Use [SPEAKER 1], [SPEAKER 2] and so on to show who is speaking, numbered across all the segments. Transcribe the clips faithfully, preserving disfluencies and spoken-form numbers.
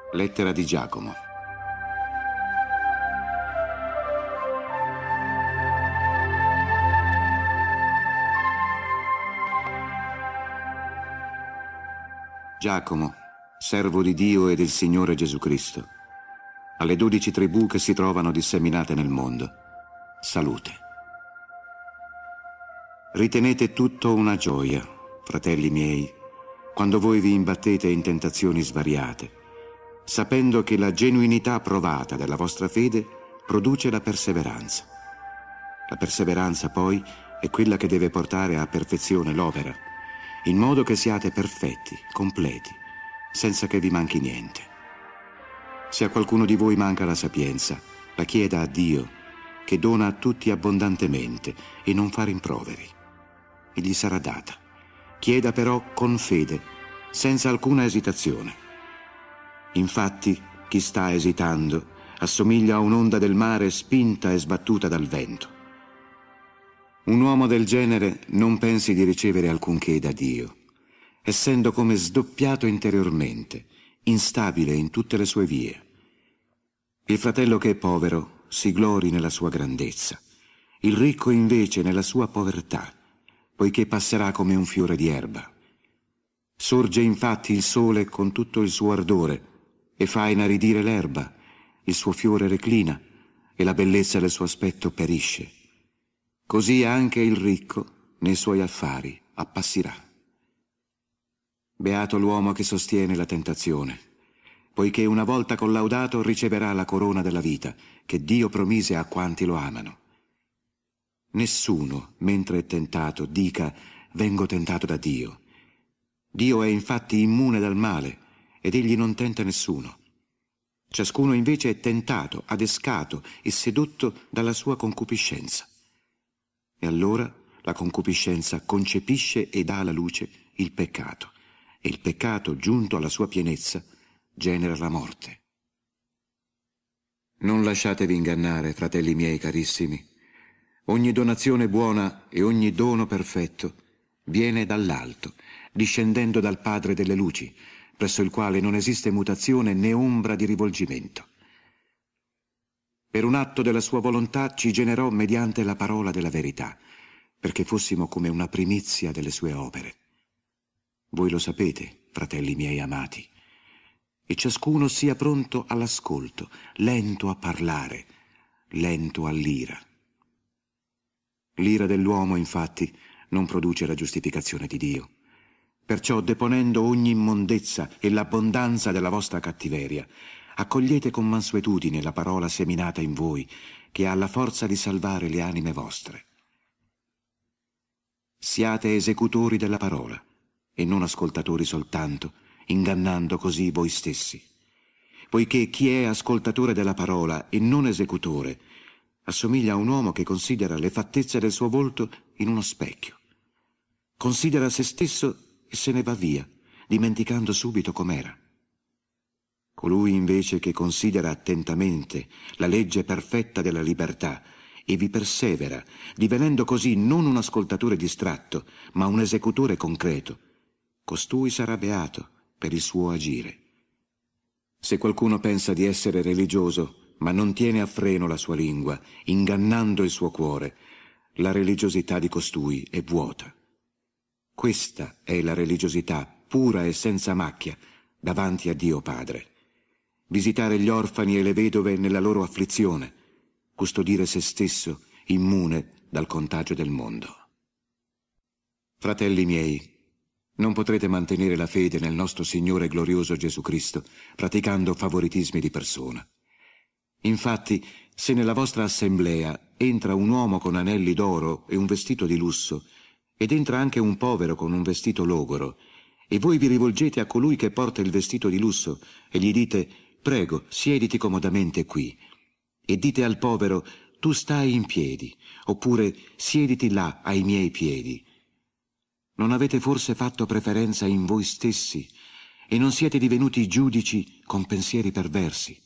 [SPEAKER 1] Lettera di Giacomo. Giacomo, servo di Dio e del Signore Gesù Cristo, alle dodici tribù che si trovano disseminate nel mondo, salute. Ritenete tutto una gioia, fratelli miei, quando voi vi imbattete in tentazioni svariate, sapendo che la genuinità provata della vostra fede produce la perseveranza. La perseveranza, poi, è quella che deve portare a perfezione l'opera, in modo che siate perfetti, completi, senza che vi manchi niente. Se a qualcuno di voi manca la sapienza, la chieda a Dio, che dona a tutti abbondantemente e non fa rimproveri, e gli sarà data. Chieda però con fede, senza alcuna esitazione. Infatti, chi sta esitando assomiglia a un'onda del mare spinta e sbattuta dal vento. Un uomo del genere non pensi di ricevere alcunché da Dio, essendo come sdoppiato interiormente, instabile in tutte le sue vie. Il fratello che è povero si glori nella sua grandezza, il ricco invece nella sua povertà, poiché passerà come un fiore di erba. Sorge infatti il sole con tutto il suo ardore e fa inaridire l'erba, il suo fiore reclina e la bellezza del suo aspetto perisce. Così anche il ricco nei suoi affari appassirà. Beato l'uomo che sostiene la tentazione, poiché una volta collaudato riceverà la corona della vita che Dio promise a quanti lo amano. Nessuno, mentre è tentato, dica «vengo tentato da Dio». Dio è infatti immune dal male ed egli non tenta nessuno. Ciascuno invece è tentato, adescato e sedotto dalla sua concupiscenza. E allora la concupiscenza concepisce e dà alla luce il peccato, e il peccato, giunto alla sua pienezza, genera la morte. Non lasciatevi ingannare, fratelli miei carissimi. Ogni donazione buona e ogni dono perfetto viene dall'alto, discendendo dal Padre delle luci, presso il quale non esiste mutazione né ombra di rivolgimento. Per un atto della sua volontà ci generò mediante la parola della verità, perché fossimo come una primizia delle sue opere. Voi lo sapete, fratelli miei amati, e ciascuno sia pronto all'ascolto, lento a parlare, lento all'ira. L'ira dell'uomo, infatti, non produce la giustificazione di Dio. Perciò, deponendo ogni immondezza e l'abbondanza della vostra cattiveria, accogliete con mansuetudine la parola seminata in voi, che ha la forza di salvare le anime vostre. Siate esecutori della parola, e non ascoltatori soltanto, ingannando così voi stessi. Poiché chi è ascoltatore della parola e non esecutore, assomiglia a un uomo che considera le fattezze del suo volto in uno specchio. Considera se stesso e se ne va via, dimenticando subito com'era. Colui invece che considera attentamente la legge perfetta della libertà e vi persevera, divenendo così non un ascoltatore distratto, ma un esecutore concreto, costui sarà beato per il suo agire. Se qualcuno pensa di essere religioso, ma non tiene a freno la sua lingua, ingannando il suo cuore, la religiosità di costui è vuota. Questa è la religiosità pura e senza macchia davanti a Dio Padre. Visitare gli orfani e le vedove nella loro afflizione, custodire se stesso immune dal contagio del mondo. Fratelli miei, non potrete mantenere la fede nel nostro Signore glorioso Gesù Cristo praticando favoritismi di persona. Infatti, se nella vostra assemblea entra un uomo con anelli d'oro e un vestito di lusso, ed entra anche un povero con un vestito logoro, e voi vi rivolgete a colui che porta il vestito di lusso e gli dite «Prego, siediti comodamente qui», e dite al povero «Tu stai in piedi», oppure «Siediti là ai miei piedi». Non avete forse fatto preferenza in voi stessi e non siete divenuti giudici con pensieri perversi?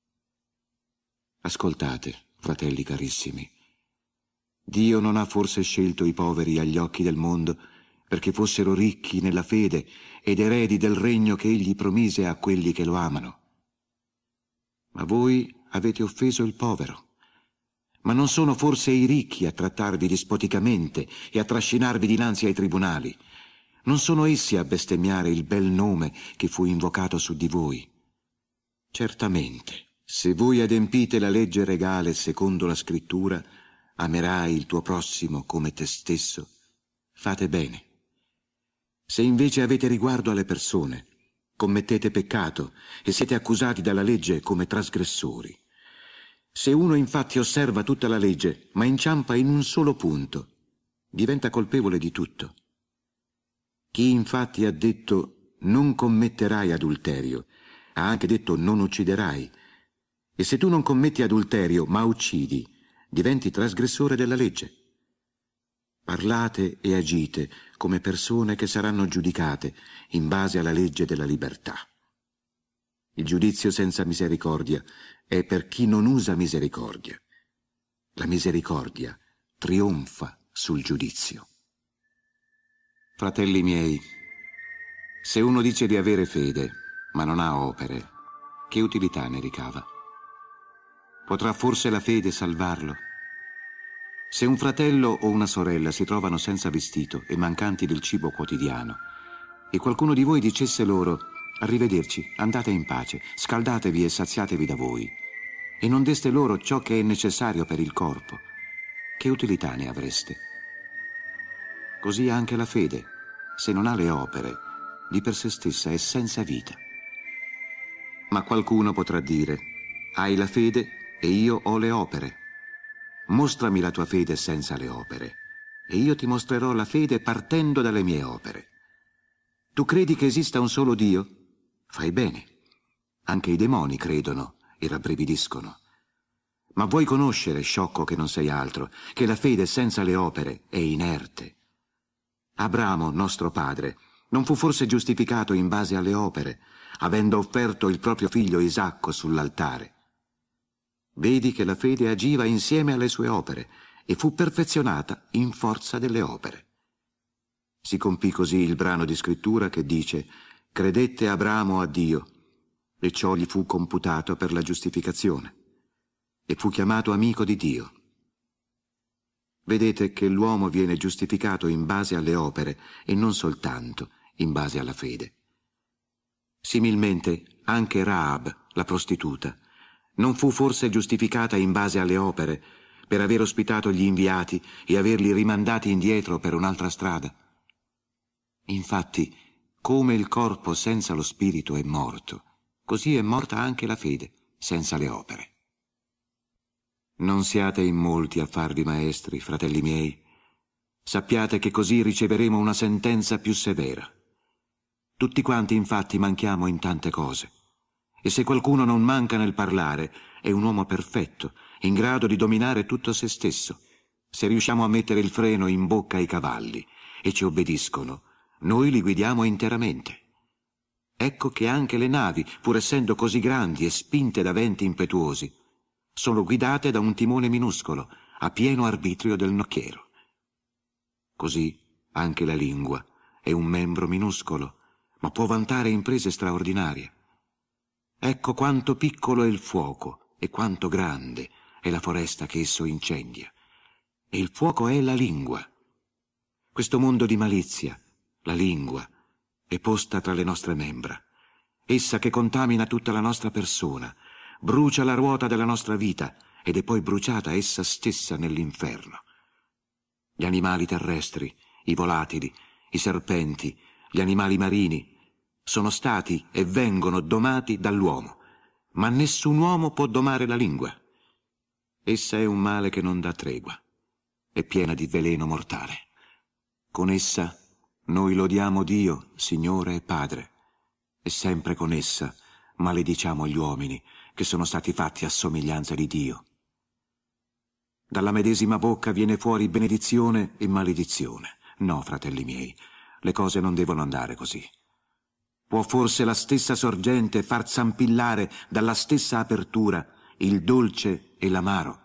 [SPEAKER 1] Ascoltate, fratelli carissimi. Dio non ha forse scelto i poveri agli occhi del mondo perché fossero ricchi nella fede ed eredi del regno che egli promise a quelli che lo amano? Ma voi avete offeso il povero. Ma non sono forse i ricchi a trattarvi dispoticamente e a trascinarvi dinanzi ai tribunali? Non sono essi a bestemmiare il bel nome che fu invocato su di voi? Certamente, se voi adempite la legge regale secondo la scrittura, amerai il tuo prossimo come te stesso, fate bene. Se invece avete riguardo alle persone, commettete peccato e siete accusati dalla legge come trasgressori. Se uno infatti osserva tutta la legge, ma inciampa in un solo punto, diventa colpevole di tutto. Chi infatti ha detto non commetterai adulterio, ha anche detto non ucciderai. E se tu non commetti adulterio, ma uccidi, diventi trasgressore della legge. Parlate e agite come persone che saranno giudicate in base alla legge della libertà. Il giudizio senza misericordia è per chi non usa misericordia. La misericordia trionfa sul giudizio. Fratelli miei, se uno dice di avere fede, ma non ha opere, che utilità ne ricava? Potrà forse la fede salvarlo? Se un fratello o una sorella si trovano senza vestito e mancanti del cibo quotidiano, e qualcuno di voi dicesse loro: arrivederci, andate in pace, scaldatevi e saziatevi da voi, e non deste loro ciò che è necessario per il corpo, che utilità ne avreste? Così anche la fede, se non ha le opere, di per sé stessa è senza vita. Ma qualcuno potrà dire: hai la fede e io ho le opere. Mostrami la tua fede senza le opere, e io ti mostrerò la fede partendo dalle mie opere. Tu credi che esista un solo Dio? Fai bene. Anche i demoni credono e rabbrividiscono. Ma vuoi conoscere, sciocco che non sei altro, che la fede senza le opere è inerte? Abramo, nostro padre, non fu forse giustificato in base alle opere, avendo offerto il proprio figlio Isacco sull'altare? Vedi che la fede agiva insieme alle sue opere e fu perfezionata in forza delle opere. Si compì così il brano di scrittura che dice: credette Abramo a Dio, e ciò gli fu computato per la giustificazione, e fu chiamato amico di Dio. Vedete che l'uomo viene giustificato in base alle opere e non soltanto in base alla fede. Similmente anche Rahab, la prostituta, non fu forse giustificata in base alle opere per aver ospitato gli inviati e averli rimandati indietro per un'altra strada? Infatti, come il corpo senza lo spirito è morto, così è morta anche la fede senza le opere. Non siate in molti a farvi maestri, fratelli miei. Sappiate che così riceveremo una sentenza più severa. Tutti quanti infatti manchiamo in tante cose. E se qualcuno non manca nel parlare, è un uomo perfetto, in grado di dominare tutto se stesso. Se riusciamo a mettere il freno in bocca ai cavalli e ci obbediscono, noi li guidiamo interamente. Ecco che anche le navi, pur essendo così grandi e spinte da venti impetuosi, sono guidate da un timone minuscolo, a pieno arbitrio del nocchiero. Così anche la lingua è un membro minuscolo, ma può vantare imprese straordinarie. Ecco quanto piccolo è il fuoco e quanto grande è la foresta che esso incendia. E il fuoco è la lingua. Questo mondo di malizia, la lingua, è posta tra le nostre membra. Essa che contamina tutta la nostra persona, brucia la ruota della nostra vita ed è poi bruciata essa stessa nell'inferno. Gli animali terrestri, i volatili, i serpenti, gli animali marini sono stati e vengono domati dall'uomo, ma nessun uomo può domare la lingua. Essa è un male che non dà tregua, è piena di veleno mortale. Con essa noi lodiamo Dio, Signore e Padre, e sempre con essa malediciamo gli uomini che sono stati fatti a somiglianza di Dio. Dalla medesima bocca viene fuori benedizione e maledizione. No, fratelli miei, le cose non devono andare così. Può forse la stessa sorgente far zampillare dalla stessa apertura il dolce e l'amaro?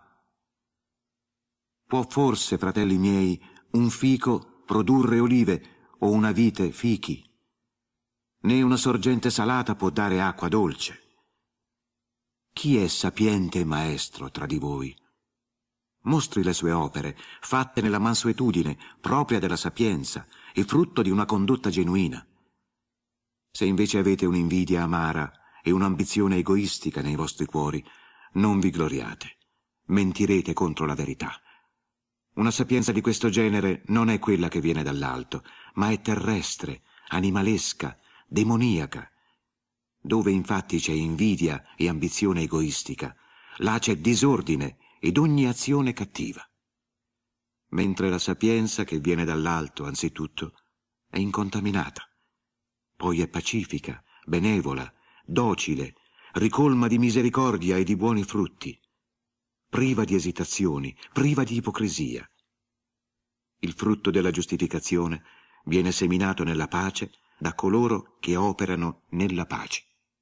[SPEAKER 1] Può forse, fratelli miei, un fico produrre olive o una vite fichi? Né una sorgente salata può dare acqua dolce. Chi è sapiente e maestro tra di voi? Mostri le sue opere, fatte nella mansuetudine propria della sapienza e frutto di una condotta genuina. Se invece avete un'invidia amara e un'ambizione egoistica nei vostri cuori, non vi gloriate, mentirete contro la verità. Una sapienza di questo genere non è quella che viene dall'alto, ma è terrestre, animalesca, demoniaca. Dove infatti c'è invidia e ambizione egoistica, là c'è disordine ed ogni azione cattiva. Mentre la sapienza che viene dall'alto, anzitutto, è incontaminata, poi è pacifica, benevola, docile, ricolma di misericordia e di buoni frutti, priva di esitazioni, priva di ipocrisia. Il frutto della giustificazione viene seminato nella pace da coloro che operano nella pace.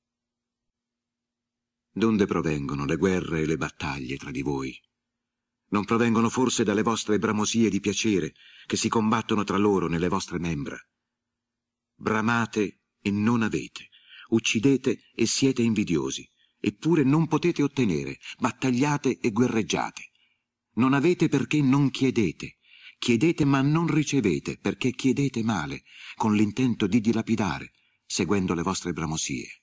[SPEAKER 1] Donde provengono le guerre e le battaglie tra di voi? Non provengono forse dalle vostre bramosie di piacere che si combattono tra loro nelle vostre membra? Bramate e non avete, uccidete e siete invidiosi, eppure non potete ottenere, battagliate e guerreggiate. Non avete perché non chiedete, chiedete ma non ricevete perché chiedete male, con l'intento di dilapidare, seguendo le vostre bramosie.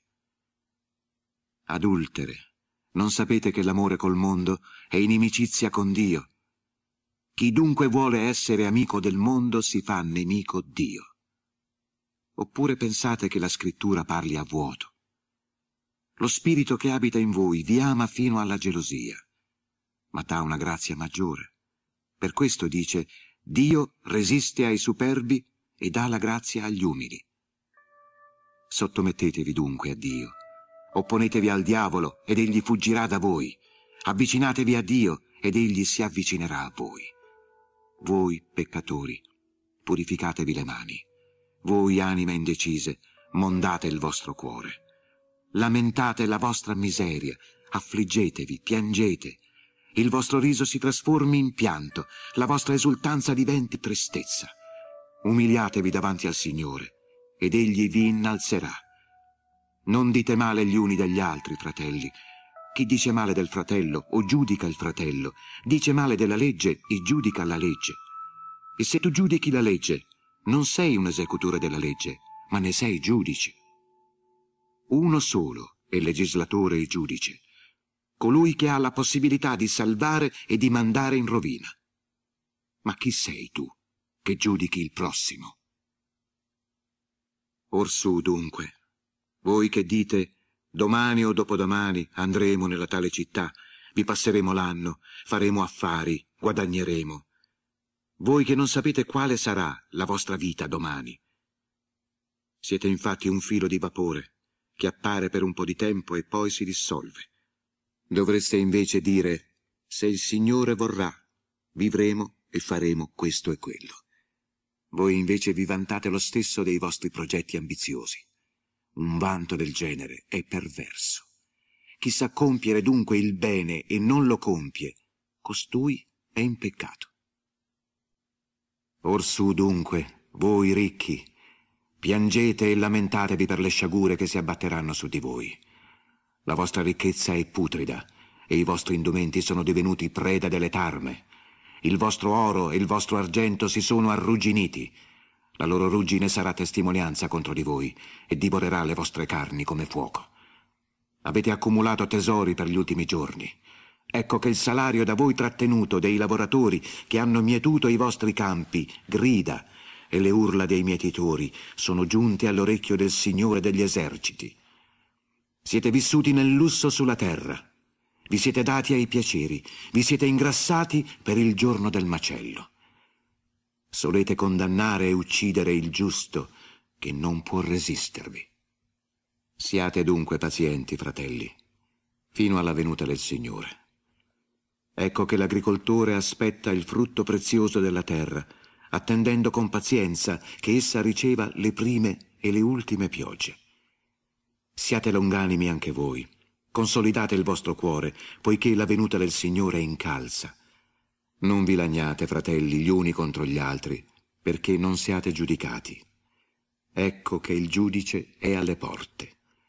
[SPEAKER 1] Adultere, non sapete che l'amore col mondo è inimicizia con Dio? Chi dunque vuole essere amico del mondo si fa nemico Dio. Oppure pensate che la scrittura parli a vuoto? Lo spirito che abita in voi vi ama fino alla gelosia, ma dà una grazia maggiore. Per questo dice: Dio resiste ai superbi e dà la grazia agli umili. Sottomettetevi dunque a Dio. Opponetevi al diavolo ed egli fuggirà da voi. Avvicinatevi a Dio ed egli si avvicinerà a voi. Voi, peccatori, purificatevi le mani. Voi, anime indecise, mondate il vostro cuore. Lamentate la vostra miseria, affliggetevi, piangete. Il vostro riso si trasformi in pianto, la vostra esultanza diventi tristezza. Umiliatevi davanti al Signore ed egli vi innalzerà. Non dite male gli uni degli altri, fratelli. Chi dice male del fratello o giudica il fratello, dice male della legge e giudica la legge. E se tu giudichi la legge, non sei un esecutore della legge, ma ne sei giudice. Uno solo è legislatore e giudice, colui che ha la possibilità di salvare e di mandare in rovina. Ma chi sei tu che giudichi il prossimo? Orsù dunque, voi che dite: domani o dopodomani andremo nella tale città, vi passeremo l'anno, faremo affari, guadagneremo. Voi che non sapete quale sarà la vostra vita domani. Siete infatti un filo di vapore che appare per un po' di tempo e poi si dissolve. Dovreste invece dire: se il Signore vorrà, vivremo e faremo questo e quello. Voi invece vi vantate lo stesso dei vostri progetti ambiziosi. Un vanto del genere è perverso. Chi sa compiere dunque il bene e non lo compie, costui è in peccato. Orsù dunque, voi ricchi, piangete e lamentatevi per le sciagure che si abbatteranno su di voi. La vostra ricchezza è putrida e i vostri indumenti sono divenuti preda delle tarme. Il vostro oro e il vostro argento si sono arrugginiti. La loro ruggine sarà testimonianza contro di voi e divorerà le vostre carni come fuoco. Avete accumulato tesori per gli ultimi giorni. Ecco che il salario da voi trattenuto dei lavoratori che hanno mietuto i vostri campi grida, e le urla dei mietitori sono giunte all'orecchio del Signore degli eserciti. Siete vissuti nel lusso sulla terra, vi siete dati ai piaceri, vi siete ingrassati per il giorno del macello. Solete condannare e uccidere il giusto, che non può resistervi. Siate dunque pazienti, fratelli, fino alla venuta del Signore. Ecco che l'agricoltore aspetta il frutto prezioso della terra, attendendo con pazienza che essa riceva le prime e le ultime piogge. Siate longanimi anche voi, consolidate il vostro cuore, poiché la venuta del Signore è incalza. Non vi lagnate, fratelli, gli uni contro gli altri, perché non siate giudicati. Ecco che il giudice è alle porte.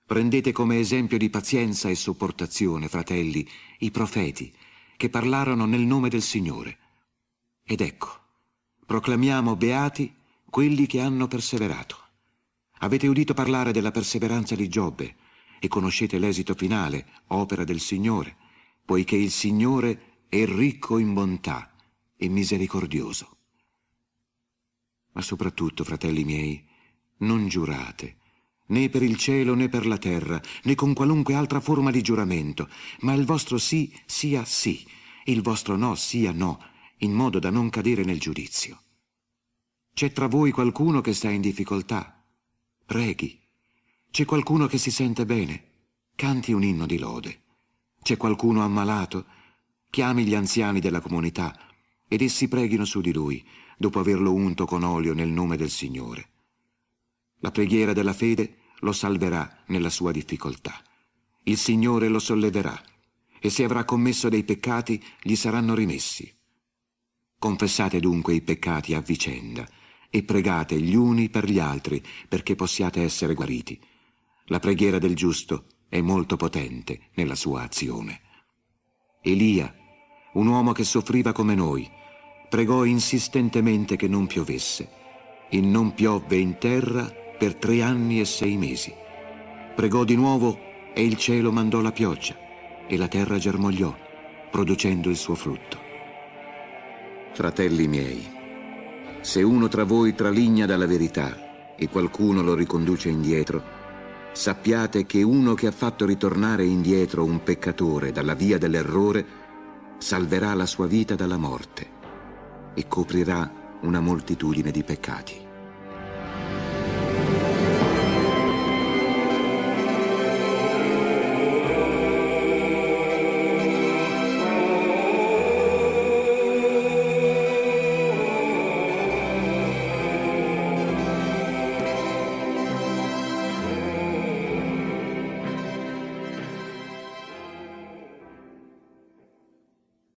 [SPEAKER 1] Prendete come esempio di pazienza e sopportazione, fratelli, i profeti, che parlarono nel nome del Signore. Ed ecco, proclamiamo beati quelli che hanno perseverato. Avete udito parlare della perseveranza di Giobbe e conoscete l'esito finale, opera del Signore, poiché il Signore è ricco in bontà e misericordioso. Ma soprattutto, fratelli miei, non giurate, né per il cielo né per la terra, né con qualunque altra forma di giuramento, ma il vostro sì sia sì, il vostro no sia no, in modo da non cadere nel giudizio. C'è tra voi qualcuno che sta in difficoltà? Preghi. C'è qualcuno che si sente bene? Canti un inno di lode. C'è qualcuno ammalato? Chiami gli anziani della comunità ed essi preghino su di lui, dopo averlo unto con olio nel nome del Signore. La preghiera della fede lo salverà nella sua difficoltà. Il Signore lo solleverà e se avrà commesso dei peccati gli saranno rimessi. Confessate dunque i peccati a vicenda e pregate gli uni per gli altri perché possiate essere guariti. La preghiera del giusto è molto potente nella sua azione. Elia, un uomo che soffriva come noi, pregò insistentemente che non piovesse e non piovve in terra per tre anni e sei mesi. Pregò di nuovo e il cielo mandò la pioggia e la terra germogliò, producendo il suo frutto. Fratelli miei, se uno tra voi traligna dalla verità e qualcuno lo riconduce indietro, sappiate che uno che ha fatto ritornare indietro un peccatore dalla via dell'errore salverà la sua vita dalla morte e coprirà una moltitudine di peccati.